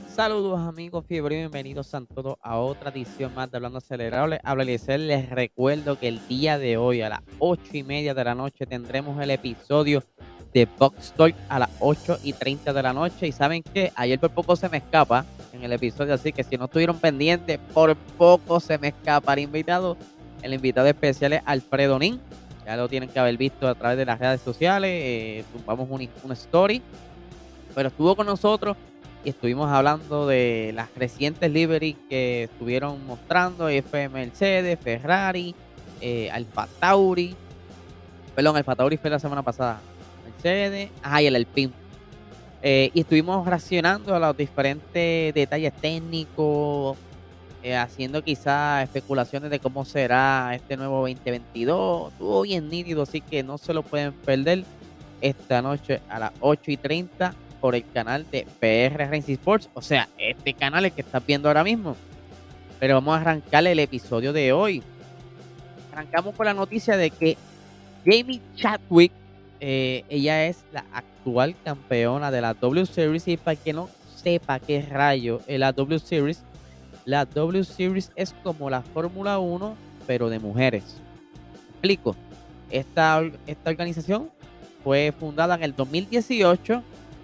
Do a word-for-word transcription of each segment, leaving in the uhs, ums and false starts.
Saludos amigos fiebre, bienvenidos a todos a otra edición más de Hablando Acelerable. Habla Eliezer, les recuerdo que el día de hoy a las ocho y media de la noche tendremos el episodio de Box Talk a las ocho y treinta de la noche. Y saben que ayer por poco se me escapa en el episodio, así que si no estuvieron pendientes, por poco se me escapa el invitado. El invitado especial es Alfredo Nin. Ya lo tienen que haber visto a través de las redes sociales. Eh, tumbamos un, una story, pero estuvo con nosotros y estuvimos hablando de las recientes liveries que estuvieron mostrando, F M Mercedes, Ferrari, eh, Alfa Tauri, perdón, Alfa Tauri fue la semana pasada, Mercedes, ajá, y el Alpine. Eh, y estuvimos reaccionando a los diferentes detalles técnicos, eh, haciendo quizás especulaciones de cómo será este nuevo veinte veintidós. Estuvo bien nítido, así que no se lo pueden perder esta noche a las ocho y treinta por el canal de P R Racing Sports, o sea, este canal es que estás viendo ahora mismo. Pero vamos a arrancar el episodio de hoy. Arrancamos con la noticia de que Jamie Chadwick, eh, ella es la actual campeona de la W Series. Y para que no sepa qué rayo es la W Series, la W Series es como la Fórmula uno, pero de mujeres. ¿Me explico? Esta, esta organización fue fundada en el dos mil dieciocho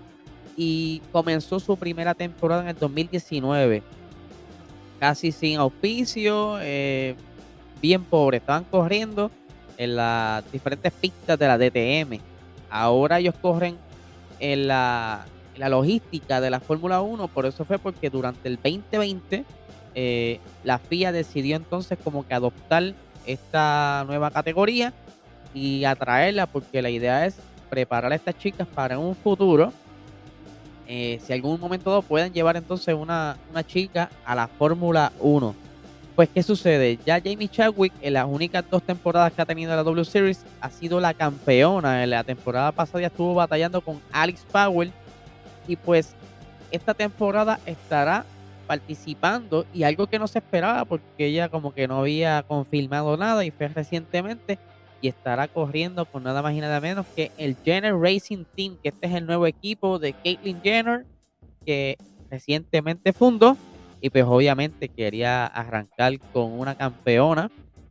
y comenzó su primera temporada en el dos mil diecinueve, casi sin auspicio, eh, bien pobre. Estaban corriendo en las diferentes pistas de la D T M. Ahora ellos corren en la, en la logística de la Fórmula uno. Por eso fue porque durante el veinte veinte eh, la F I A decidió entonces como que adoptar esta nueva categoría y atraerla, porque la idea es preparar a estas chicas para un futuro. Eh, si algún momento dado pueden llevar entonces una, una chica a la Fórmula uno. Pues, ¿qué sucede? Ya Jamie Chadwick, en las únicas dos temporadas que ha tenido la W Series, ha sido la campeona. En la temporada pasada ya estuvo batallando con Alex Powell. Y pues, esta temporada estará participando, y algo que no se esperaba porque ella como que no había confirmado nada y fue recientemente, y estará corriendo con nada más y nada menos que el Jenner Racing Team, que este es el nuevo equipo de Caitlyn Jenner que recientemente fundó. Y pues obviamente quería arrancar con una campeona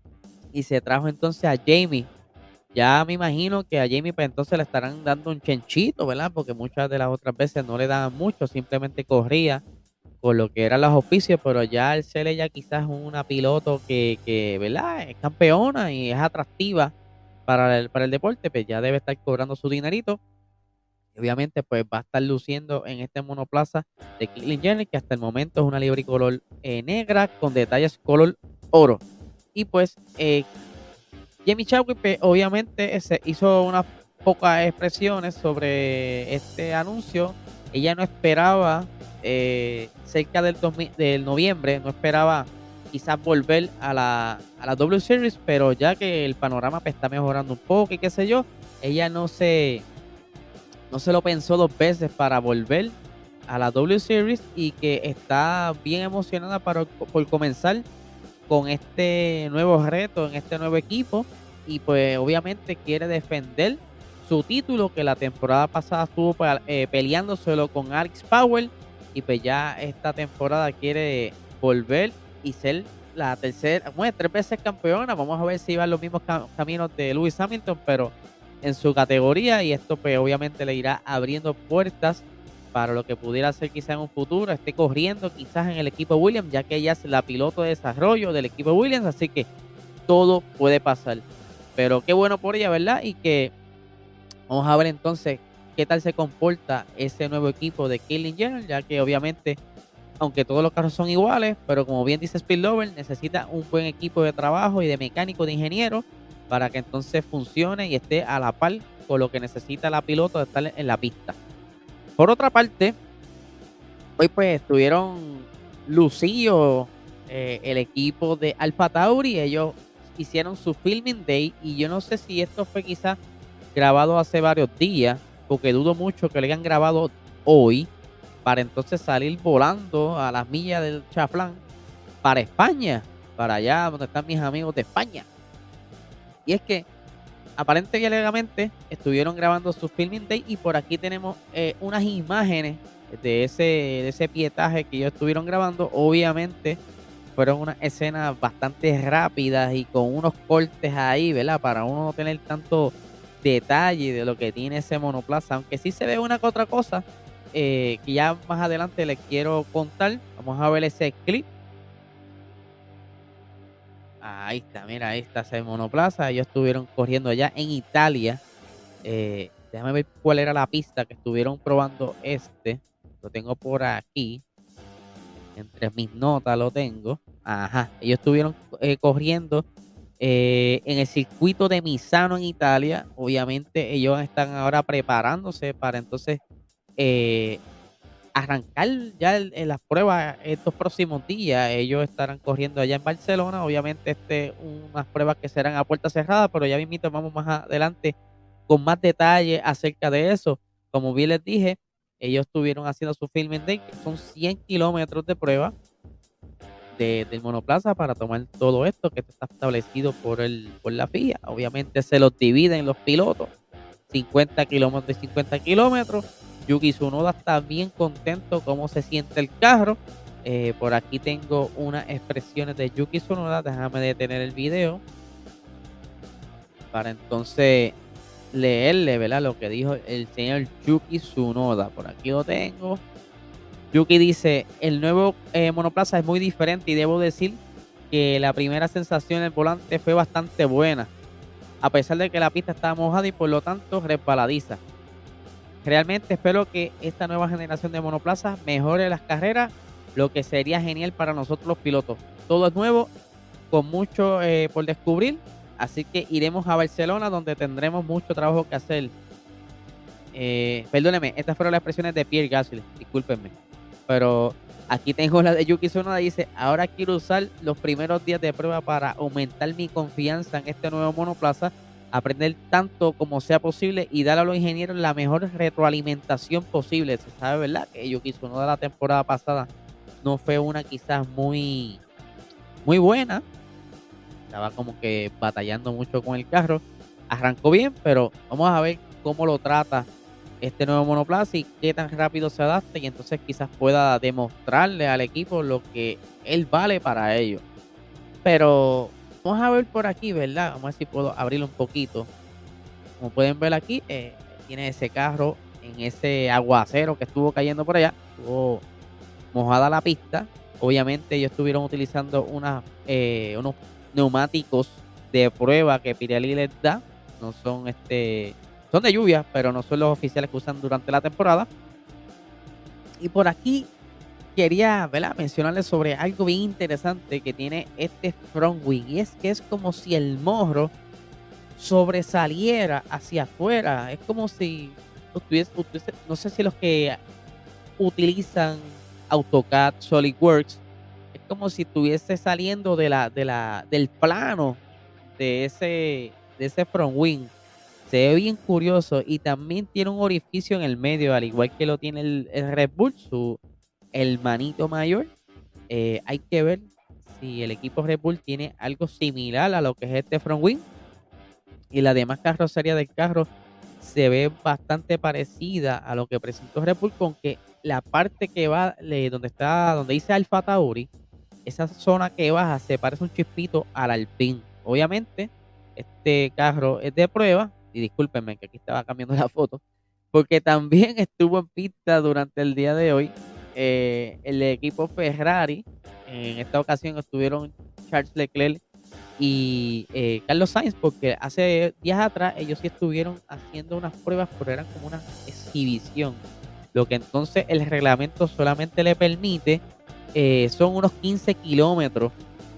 y se trajo entonces a Jamie. Ya me imagino que a Jamie pues entonces le estarán dando un chenchito, ¿verdad? Porque muchas de las otras veces no le daban mucho, simplemente corría con lo que eran los auspicios. Pero ya al ser ella quizás una piloto que, que ¿verdad? Es campeona y es atractiva para el, para el deporte, pues ya debe estar cobrando su dinerito. Y obviamente pues va a estar luciendo en este monoplaza de Caitlyn Jenner, que hasta el momento es una libre color eh, negra con detalles color oro. Y pues eh, Jamie Chadwick pues, obviamente se hizo unas pocas expresiones sobre este anuncio. Ella no esperaba, eh, cerca del, dos mil del noviembre, no esperaba quizás volver a la, a la W Series, pero ya que el panorama pues, está mejorando un poco y qué sé yo, ella no se, no se lo pensó dos veces para volver a la W Series, y que está bien emocionada para, por comenzar con este nuevo reto en este nuevo equipo. Y pues obviamente quiere defender su título, que la temporada pasada estuvo eh, peleándoselo con Alex Powell, y pues ya esta temporada quiere volver y ser la tercera, bueno, tres veces campeona. Vamos a ver si va en los mismos cam caminos de Lewis Hamilton, pero en su categoría. Y esto pues obviamente le irá abriendo puertas para lo que pudiera ser quizás en un futuro, esté corriendo quizás en el equipo Williams, ya que ella es la piloto de desarrollo del equipo Williams, así que todo puede pasar. Pero qué bueno por ella, ¿verdad? Y que vamos a ver entonces qué tal se comporta ese nuevo equipo de Caitlyn Jenner, ya que obviamente, aunque todos los carros son iguales, pero como bien dice Spillover, necesita un buen equipo de trabajo y de mecánico, de ingeniero, para que entonces funcione y esté a la par con lo que necesita la piloto de estar en la pista. Por otra parte, hoy pues estuvieron lucidos eh, el equipo de Alfa Tauri. Ellos hicieron su filming day, y yo no sé si esto fue quizás grabado hace varios días, porque dudo mucho que lo hayan grabado hoy para entonces salir volando a las millas del chaflán para España, para allá donde están mis amigos de España. Y es que aparente y alegadamente estuvieron grabando su filming day y por aquí tenemos eh, unas imágenes de ese, de ese pietaje que ellos estuvieron grabando. Obviamente fueron unas escenas bastante rápidas y con unos cortes ahí, ¿verdad? Para uno no tener tanto detalle de lo que tiene ese monoplaza, aunque sí se ve una que otra cosa eh, que ya más adelante les quiero contar. Vamos a ver ese clip. Ahí está, mira, ahí está ese monoplaza. Ellos estuvieron corriendo allá en Italia. Eh, déjame ver cuál era la pista que estuvieron probando este. Lo tengo por aquí. Entre mis notas lo tengo. Ajá. Ellos estuvieron eh, corriendo eh, en el circuito de Misano en Italia. Obviamente ellos están ahora preparándose para entonces eh, arrancar ya el- en las pruebas estos próximos días. Ellos estarán corriendo allá en Barcelona. Obviamente este unas pruebas que serán a puerta cerrada, pero ya mismito vamos más adelante con más detalle acerca de eso. Como bien les dije, ellos estuvieron haciendo su filming day, que son cien kilómetros de prueba de, del monoplaza para tomar todo esto que está establecido por, el, por la F I A. Obviamente se los dividen los pilotos, cincuenta kilómetros y cincuenta kilómetros. Yuki Tsunoda está bien contento cómo se siente el carro. Eh, por aquí tengo unas expresiones de Yuki Tsunoda. Déjame detener el video para entonces leerle, ¿verdad? Lo que dijo el señor Yuki Tsunoda. Por aquí lo tengo. Yuki dice, el nuevo eh, monoplaza es muy diferente y debo decir que la primera sensación en el volante fue bastante buena, a pesar de que la pista estaba mojada y por lo tanto resbaladiza. Realmente espero que esta nueva generación de monoplazas mejore las carreras, lo que sería genial para nosotros los pilotos. Todo es nuevo, con mucho eh, por descubrir, así que iremos a Barcelona donde tendremos mucho trabajo que hacer. Eh, perdóneme, estas fueron las expresiones de Pierre Gasly, discúlpenme. Pero aquí tengo la de Yuki Tsunoda, dice, ahora quiero usar los primeros días de prueba para aumentar mi confianza en este nuevo monoplaza, aprender tanto como sea posible y dar a los ingenieros la mejor retroalimentación posible. Se sabe, ¿verdad? Que Yuki Tsunoda la temporada pasada no fue una quizás muy, muy buena. Estaba como que batallando mucho con el carro. Arrancó bien, pero vamos a ver cómo lo trata este nuevo monoplaza y qué tan rápido se adapta y entonces quizás pueda demostrarle al equipo lo que él vale para ellos. Pero vamos a ver por aquí, ¿verdad? Vamos a ver si puedo abrirlo un poquito. Como pueden ver aquí, eh, tiene ese carro en ese aguacero que estuvo cayendo por allá. Estuvo mojada la pista. Obviamente ellos estuvieron utilizando unas, eh, unos neumáticos de prueba que Pirelli les da. No son este son de lluvia, pero no son los oficiales que usan durante la temporada. Y por aquí quería, ¿verdad?, mencionarles sobre algo bien interesante que tiene este front wing. Y es que es como si el morro sobresaliera hacia afuera. Es como si tuviese, tuviese- no sé si los que utilizan AutoCAD, SolidWorks, es como si estuviese saliendo de la, de la, del plano de ese, de ese front wing. Se ve bien curioso y también tiene un orificio en el medio, al igual que lo tiene el, el Red Bull, su el manito mayor. Eh, hay que ver si el equipo Red Bull tiene algo similar a lo que es este front wing y la demás carrocería del carro se ve bastante parecida a lo que presentó Red Bull, con que la parte que va le- donde está, donde dice Alfa Tauri, esa zona que baja se parece un chispito al Alpine. Obviamente, este carro es de prueba, y discúlpenme que aquí estaba cambiando la foto, porque también estuvo en pista durante el día de hoy eh, el equipo Ferrari. En esta ocasión estuvieron Charles Leclerc y eh, Carlos Sainz, porque hace días atrás ellos sí estuvieron haciendo unas pruebas, pero eran como una exhibición. Lo que entonces el reglamento solamente le permite eh, son unos quince kilómetros,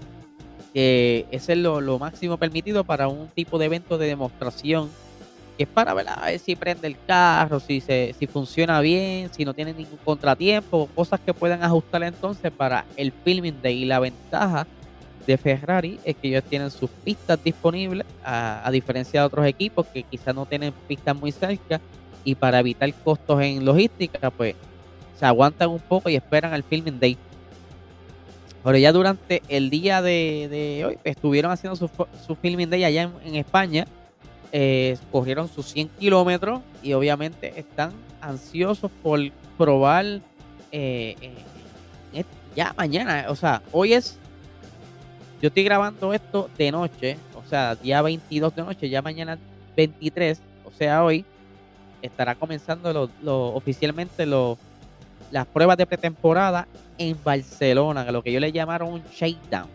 que ese es lo, lo máximo permitido para un tipo de evento de demostración, que es para ver, a ver si prende el carro, si, se, si funciona bien, si no tiene ningún contratiempo, cosas que puedan ajustar entonces para el filming day. Y la ventaja de Ferrari es que ellos tienen sus pistas disponibles, a, a diferencia de otros equipos que quizás no tienen pistas muy cerca, y para evitar costos en logística, pues se aguantan un poco y esperan al filming day. Pero ya durante el día de, de hoy estuvieron haciendo su, fo- su filming day allá en, en España. eh, corrieron sus cien kilómetros y obviamente están ansiosos por probar eh, eh, eh, ya mañana. O sea, hoy es, yo estoy grabando esto de noche, o sea, día veintidós de noche, ya mañana veintitrés, o sea, hoy estará comenzando lo, lo- oficialmente lo- las pruebas de pretemporada en Barcelona, que lo que ellos le llamaron un shakedown.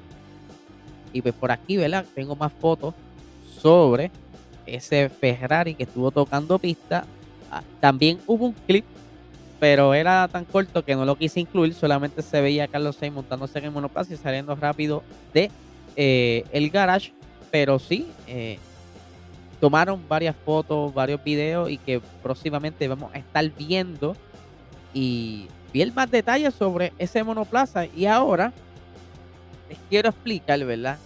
Y pues por aquí, ¿verdad? Tengo más fotos sobre ese Ferrari que estuvo tocando pista. Ah, también hubo un clip, pero era tan corto que no lo quise incluir. Solamente se veía a Carlos Sainz montándose en el monoplaza y saliendo rápido de eh, el garage. Pero sí, eh, tomaron varias fotos, varios videos y que próximamente vamos a estar viendo y ver más detalles sobre ese monoplaza. Y ahora les quiero explicar, ¿verdad?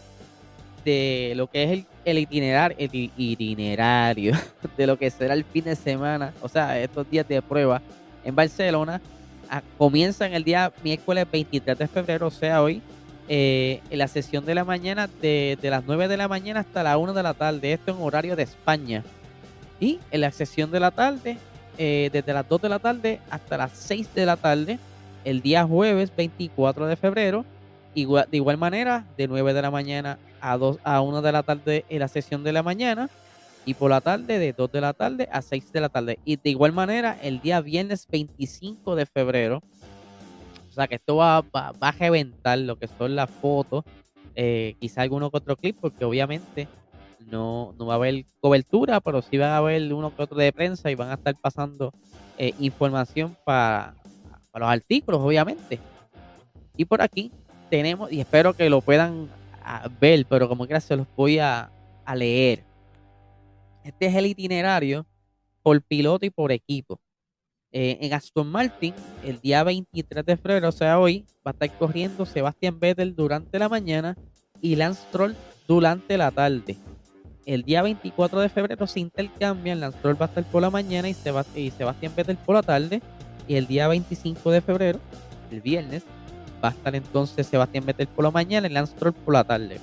De lo que es el, el itinerar, el i- itinerario de lo que será el fin de semana, o sea, estos días de prueba en Barcelona. Ah, comienzan el día miércoles veintitrés de febrero, o sea, hoy, eh, en la sesión de la mañana, de, de las nueve de la mañana hasta la una de la tarde, esto en horario de España. Y en la sesión de la tarde, eh, desde las dos de la tarde hasta las seis de la tarde, el día jueves veinticuatro de febrero. Igual, de igual manera, de nueve de la mañana a dos a una de la tarde en la sesión de la mañana. Y por la tarde, de dos de la tarde a seis de la tarde. Y de igual manera, el día viernes veinticinco de febrero. O sea que esto va, va, va a reventar lo que son las fotos, eh, quizá alguno que otro clip, porque obviamente no, no va a haber cobertura, pero sí van a haber uno que otro de prensa y van a estar pasando eh, información para, para los artículos, obviamente. Y por aquí tenemos, y espero que lo puedan ah, ver, pero como quiera se los voy a, a leer. Este es el itinerario por piloto y por equipo. Eh, en Aston Martin, el día veintitrés de febrero, o sea, hoy, va a estar corriendo Sebastian Vettel durante la mañana y Lance Stroll durante la tarde. El día veinticuatro de febrero se intercambian, Lance Stroll va a estar por la mañana y, Sebast y Sebastian Vettel por la tarde. Y el día veinticinco de febrero, el viernes, va a estar entonces Sebastian Vettel por la mañana y Lance Stroll por la tarde.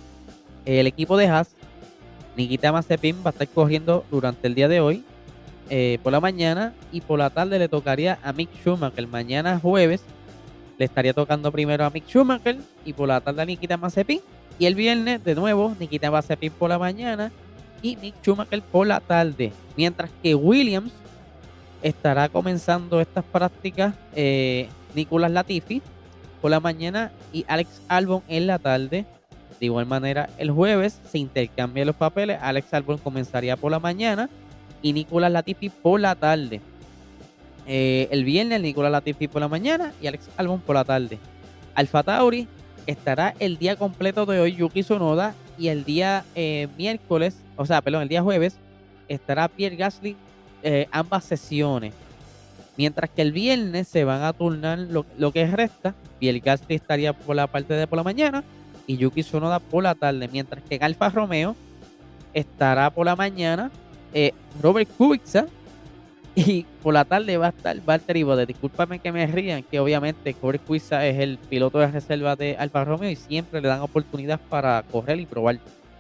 El equipo de Haas, Nikita Mazepin va a estar corriendo durante el día de hoy, eh, por la mañana, y por la tarde le tocaría a Mick Schumacher. Mañana jueves le estaría tocando primero a Mick Schumacher y por la tarde a Nikita Mazepin. Y el viernes de nuevo Nikita Mazepin por la mañana y Mick Schumacher por la tarde. Mientras que Williams estará comenzando estas prácticas, eh, Nicolas Latifi por la mañana y Alex Albon en la tarde. De igual manera, el jueves se intercambian los papeles. Alex Albon comenzaría por la mañana y Nicolas Latifi por la tarde. Eh, el viernes, Nicolas Latifi por la mañana y Alex Albon por la tarde. Alfa Tauri estará el día completo de hoy, Yuki Tsunoda, y el día eh, miércoles, o sea, perdón, el día jueves, estará Pierre Gasly, eh, ambas sesiones. Mientras que el viernes se van a turnar lo, lo que resta. Pierre Gasly estaría por la parte de por la mañana y Yuki Tsunoda por la tarde. Mientras que en Alfa Romeo estará por la mañana eh, Robert Kubica y por la tarde va a estar Valtteri Bottas. Discúlpame que me rían, que obviamente Robert Kubica es el piloto de reserva de Alfa Romeo y siempre le dan oportunidad para correr y probar.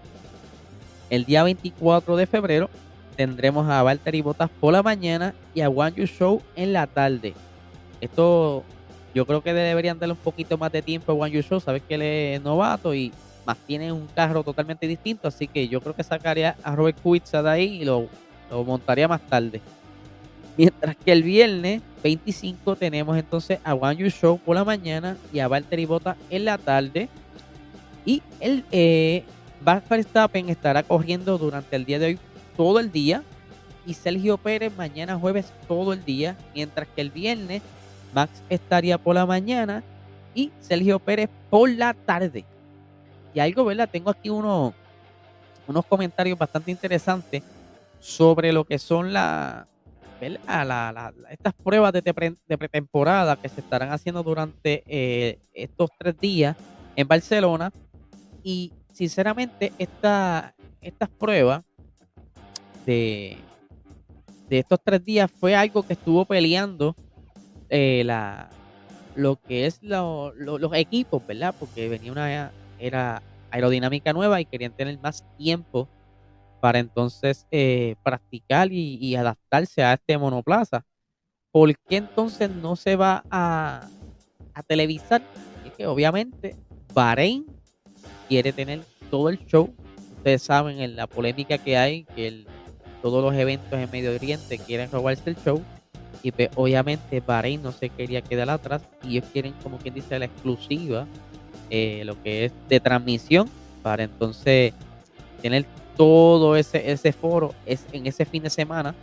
El día veinticuatro de febrero tendremos a Valtteri Bottas por la mañana y a Wang Yu Zhou en la tarde. Esto yo creo que deberían darle un poquito más de tiempo a Wang Yu Zhou. Sabes que él es novato y más tiene un carro totalmente distinto, así que yo creo que sacaría a Robert Kubica de ahí y lo, lo montaría más tarde. Mientras que el viernes veinticinco tenemos entonces a Wang Yu Zhou por la mañana y a Valtteri Bottas en la tarde. Y el eh, Max Verstappen estará corriendo durante el día de hoy todo el día. Y Sergio Pérez mañana jueves todo el día. Mientras que el viernes Max estaría por la mañana y Sergio Pérez por la tarde. Y algo, ¿verdad? Tengo aquí uno, unos comentarios bastante interesantes sobre lo que son la, ¿verdad? La- la- la- estas pruebas de, pre- de pretemporada que se estarán haciendo durante eh, estos tres días en Barcelona. Y sinceramente, esta, estas pruebas de, de estos tres días fue algo que estuvo peleando eh, la, lo que es lo- lo- los equipos, ¿verdad? Porque venía una era aerodinámica nueva y querían tener más tiempo para entonces eh, practicar y, y adaptarse a este monoplaza. ¿Por qué entonces no se va a, a televisar? Es que obviamente Bahrein quiere tener todo el show. Ustedes saben en la polémica que hay, que el- todos los eventos en Medio Oriente quieren robarse el show. Y pues, obviamente Bahrein no se quería quedar atrás y ellos quieren, como quien dice, la exclusiva, eh, lo que es de transmisión, para entonces tener todo ese, ese foro es, en ese fin de semana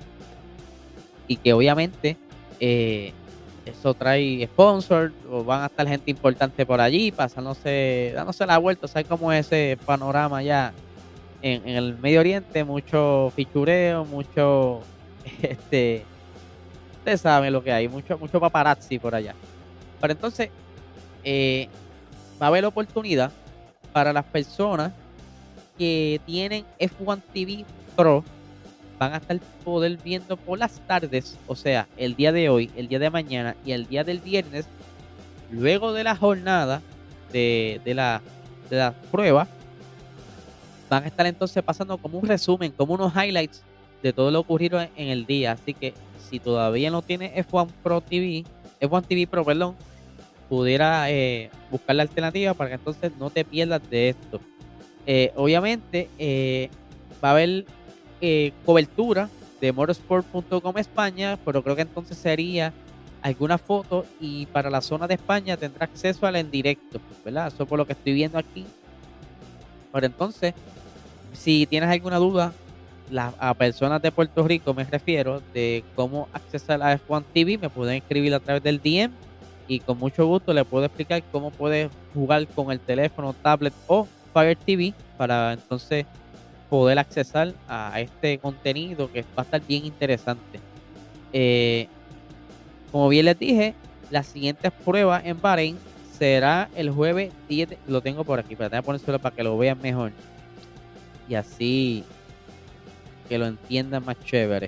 y que obviamente eh, eso trae sponsors o van a estar gente importante por allí pasándose, dándose la vuelta. ¿Sabes cómo es ese panorama ya en, en el Medio Oriente? Mucho fichureo, mucho, este, ustedes saben lo que hay, mucho, mucho paparazzi por allá. Pero entonces eh, va a haber oportunidad para las personas que tienen F uno T V Pro. Van a estar poder viendo por las tardes, o sea, el día de hoy, el día de mañana y el día del viernes, luego de la jornada de, de la, de la prueba, van a estar entonces pasando como un resumen, como unos highlights de todo lo ocurrido en, en el día. Así que si todavía no tiene F uno Pro T V, F uno T V Pro, perdón, pudiera eh, buscar la alternativa para que entonces no te pierdas de esto. Eh, obviamente eh, va a haber eh, cobertura de motorsport punto com España, pero creo que entonces sería alguna foto y para la zona de España tendrá acceso al en directo, ¿verdad? Eso por lo que estoy viendo aquí. Pero entonces, si tienes alguna duda, la, a personas de Puerto Rico me refiero, de cómo accesar a F uno T V, me pueden escribir a través del D M y con mucho gusto les puedo explicar cómo puedes jugar con el teléfono, tablet o Fire T V para entonces poder accesar a este contenido que va a estar bien interesante. Eh, como bien les dije, las siguientes pruebas en Bahrein será el jueves diez, de- lo tengo por aquí, pero voy a ponérselo para que lo vean mejor y así que lo entiendan más chévere.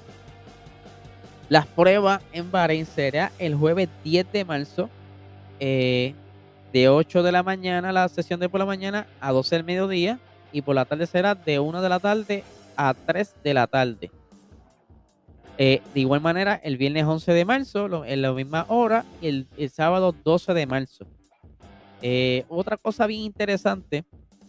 Las pruebas en Bahrein será el jueves diez de marzo, eh, de ocho de la mañana, la sesión de por la mañana a doce del mediodía, y por la tarde será de una de la tarde a tres de la tarde. Eh, de igual manera, el viernes once de marzo, lo- en la misma hora, y el, el sábado doce de marzo. Eh, otra cosa bien interesante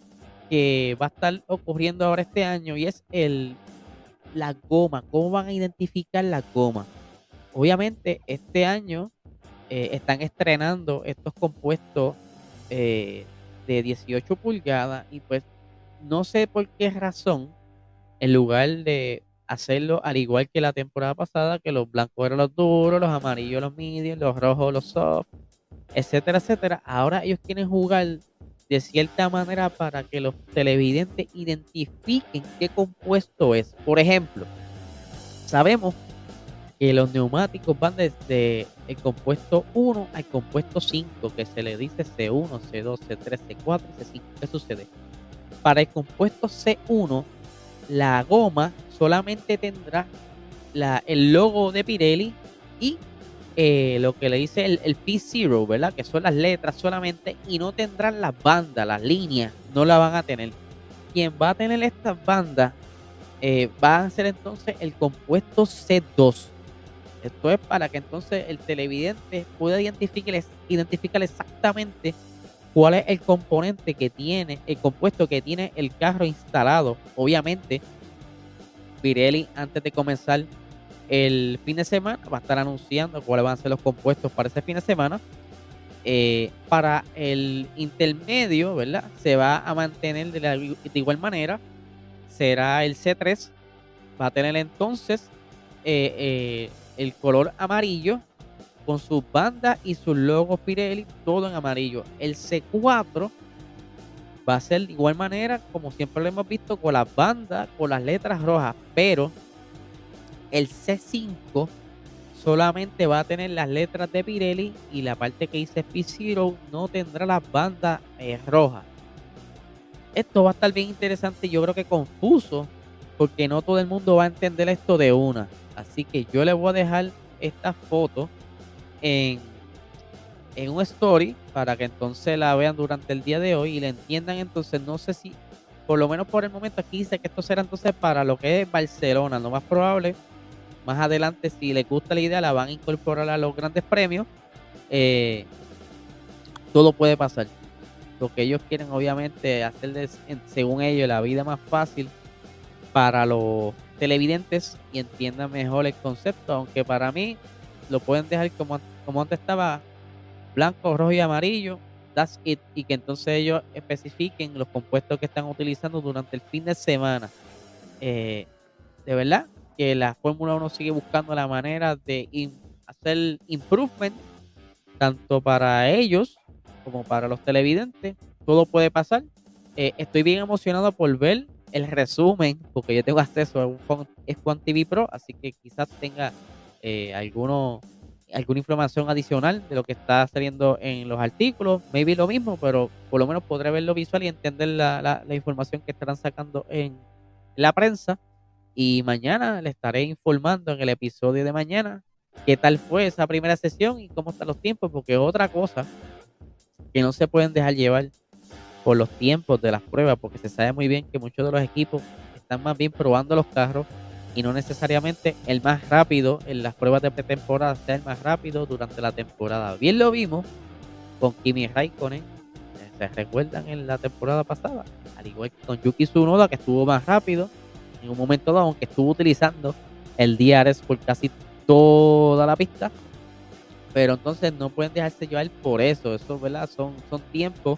que va a estar ocurriendo ahora este año y es el, la goma, cómo van a identificar la goma. Obviamente, este año eh, están estrenando estos compuestos eh, de dieciocho pulgadas y pues no sé por qué razón, en lugar de hacerlo al igual que la temporada pasada, que los blancos eran los duros, los amarillos los medium, los rojos los soft, etcétera, etcétera, ahora ellos quieren jugar de cierta manera para que los televidentes identifiquen qué compuesto es. Por ejemplo, sabemos que los neumáticos van desde el compuesto uno al compuesto cinco, que se le dice C uno, C dos, C tres, C cuatro, C cinco. ¿Qué sucede? Para el compuesto C uno, la goma solamente tendrá la, el logo de Pirelli y eh, lo que le dice el, el P cero, ¿verdad? Que son las letras solamente y no tendrán las bandas, las líneas, no la van a tener. Quien va a tener estas bandas eh, va a ser entonces el compuesto C dos. Esto es para que entonces el televidente pueda identificar, identificar exactamente cuál es el componente que tiene, el compuesto que tiene el carro instalado. Obviamente, Pirelli, antes de comenzar el fin de semana, va a estar anunciando cuáles van a ser los compuestos para ese fin de semana. Eh, para el intermedio, ¿verdad? Se va a mantener de, la, de igual manera. Será el C tres. Va a tener entonces eh, eh, el color amarillo con sus bandas y sus logos Pirelli, todo en amarillo. El C cuatro va a ser de igual manera, como siempre lo hemos visto, con las bandas, con las letras rojas, pero el C cinco solamente va a tener las letras de Pirelli y la parte que dice P cero no tendrá las bandas eh, rojas. Esto va a estar bien interesante y yo creo que confuso, porque no todo el mundo va a entender esto de una. Así que yo les voy a dejar esta foto en, en un story para que entonces la vean durante el día de hoy y la entiendan. Entonces no sé si por lo menos por el momento aquí dice que esto será entonces para lo que es Barcelona. Lo más probable, más adelante, si les gusta la idea, la van a incorporar a los grandes premios. Eh, todo puede pasar. Lo que ellos quieren, obviamente, hacerles, en- según ellos, la vida más fácil para los televidentes y entiendan mejor el concepto, aunque para mí lo pueden dejar como, an- como antes estaba, blanco, rojo y amarillo, that's it, y que entonces ellos especifiquen los compuestos que están utilizando durante el fin de semana. Eh, de verdad que la Fórmula uno sigue buscando la manera de im- hacer improvement tanto para ellos como para los televidentes. Todo puede pasar. Eh, estoy bien emocionado por ver el resumen, porque yo tengo acceso a un F uno T V Pro, así que quizás tenga eh, alguno, alguna información adicional de lo que está saliendo en los artículos. Maybe lo mismo, pero por lo menos podré verlo visual y entender la, la, la información que estarán sacando en la prensa. Y mañana le estaré informando en el episodio de mañana qué tal fue esa primera sesión y cómo están los tiempos, porque otra cosa que no se pueden dejar llevar por los tiempos de las pruebas, porque se sabe muy bien que muchos de los equipos están más bien probando los carros y no necesariamente el más rápido en las pruebas de pretemporada sea el más rápido durante la temporada. Bien lo vimos con Kimi Raikkonen, eh, se recuerdan en la temporada pasada, al igual que con Yuki Tsunoda, que estuvo más rápido en un momento dado, aunque estuvo utilizando el D R S por casi toda la pista, pero entonces no pueden dejarse llevar por eso, eso, ¿verdad? Son, son tiempos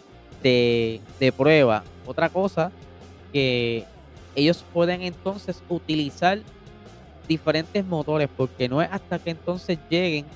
de, de prueba. Otra cosa que ellos pueden entonces utilizar diferentes motores, porque no es hasta que entonces lleguen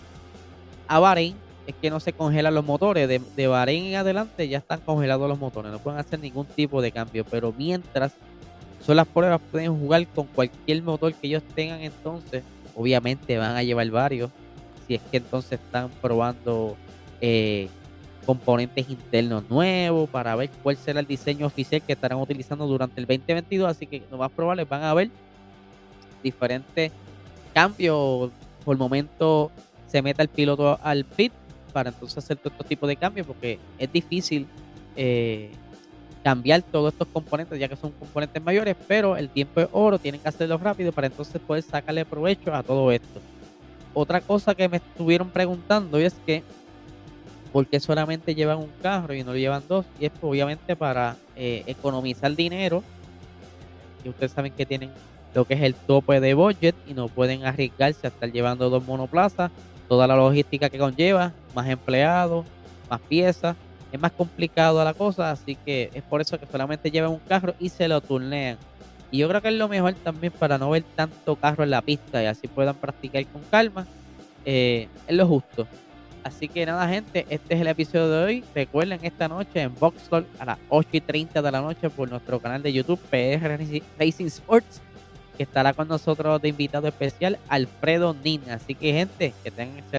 a Bahrein es que no se congelan los motores. De, de Bahrein en adelante ya están congelados los motores, no pueden hacer ningún tipo de cambio, pero mientras son las pruebas pueden jugar con cualquier motor que ellos tengan entonces. Obviamente van a llevar varios, si es que entonces están probando eh, componentes internos nuevos para ver cuál será el diseño oficial que estarán utilizando durante el veinte veintidós, así que lo más probable van a haber diferentes cambios. Por el momento se meta el piloto al pit para entonces hacer todo este tipo de cambios, porque es difícil eh, cambiar todos estos componentes, ya que son componentes mayores, pero el tiempo es oro, tienen que hacerlo rápido para entonces poder sacarle provecho a todo esto. Otra cosa que me estuvieron preguntando es que ¿por qué solamente llevan un carro y no llevan dos? Y es pues, obviamente para eh, economizar dinero, y ustedes saben que tienen lo que es el tope de budget y no pueden arriesgarse a estar llevando dos monoplazas, toda la logística que conlleva, más empleados, más piezas, es más complicado la cosa, así que es por eso que solamente llevan un carro y se lo turnean. Y yo creo que es lo mejor también para no ver tanto carro en la pista y así puedan practicar con calma, eh, es lo justo. Así que nada, gente, este es el episodio de hoy. Recuerden esta noche en Boxstore a las ocho y treinta de la noche por nuestro canal de YouTube P R Racing Sports, que estará con nosotros de invitado especial Alfredo Nin. Así que, gente, que tengan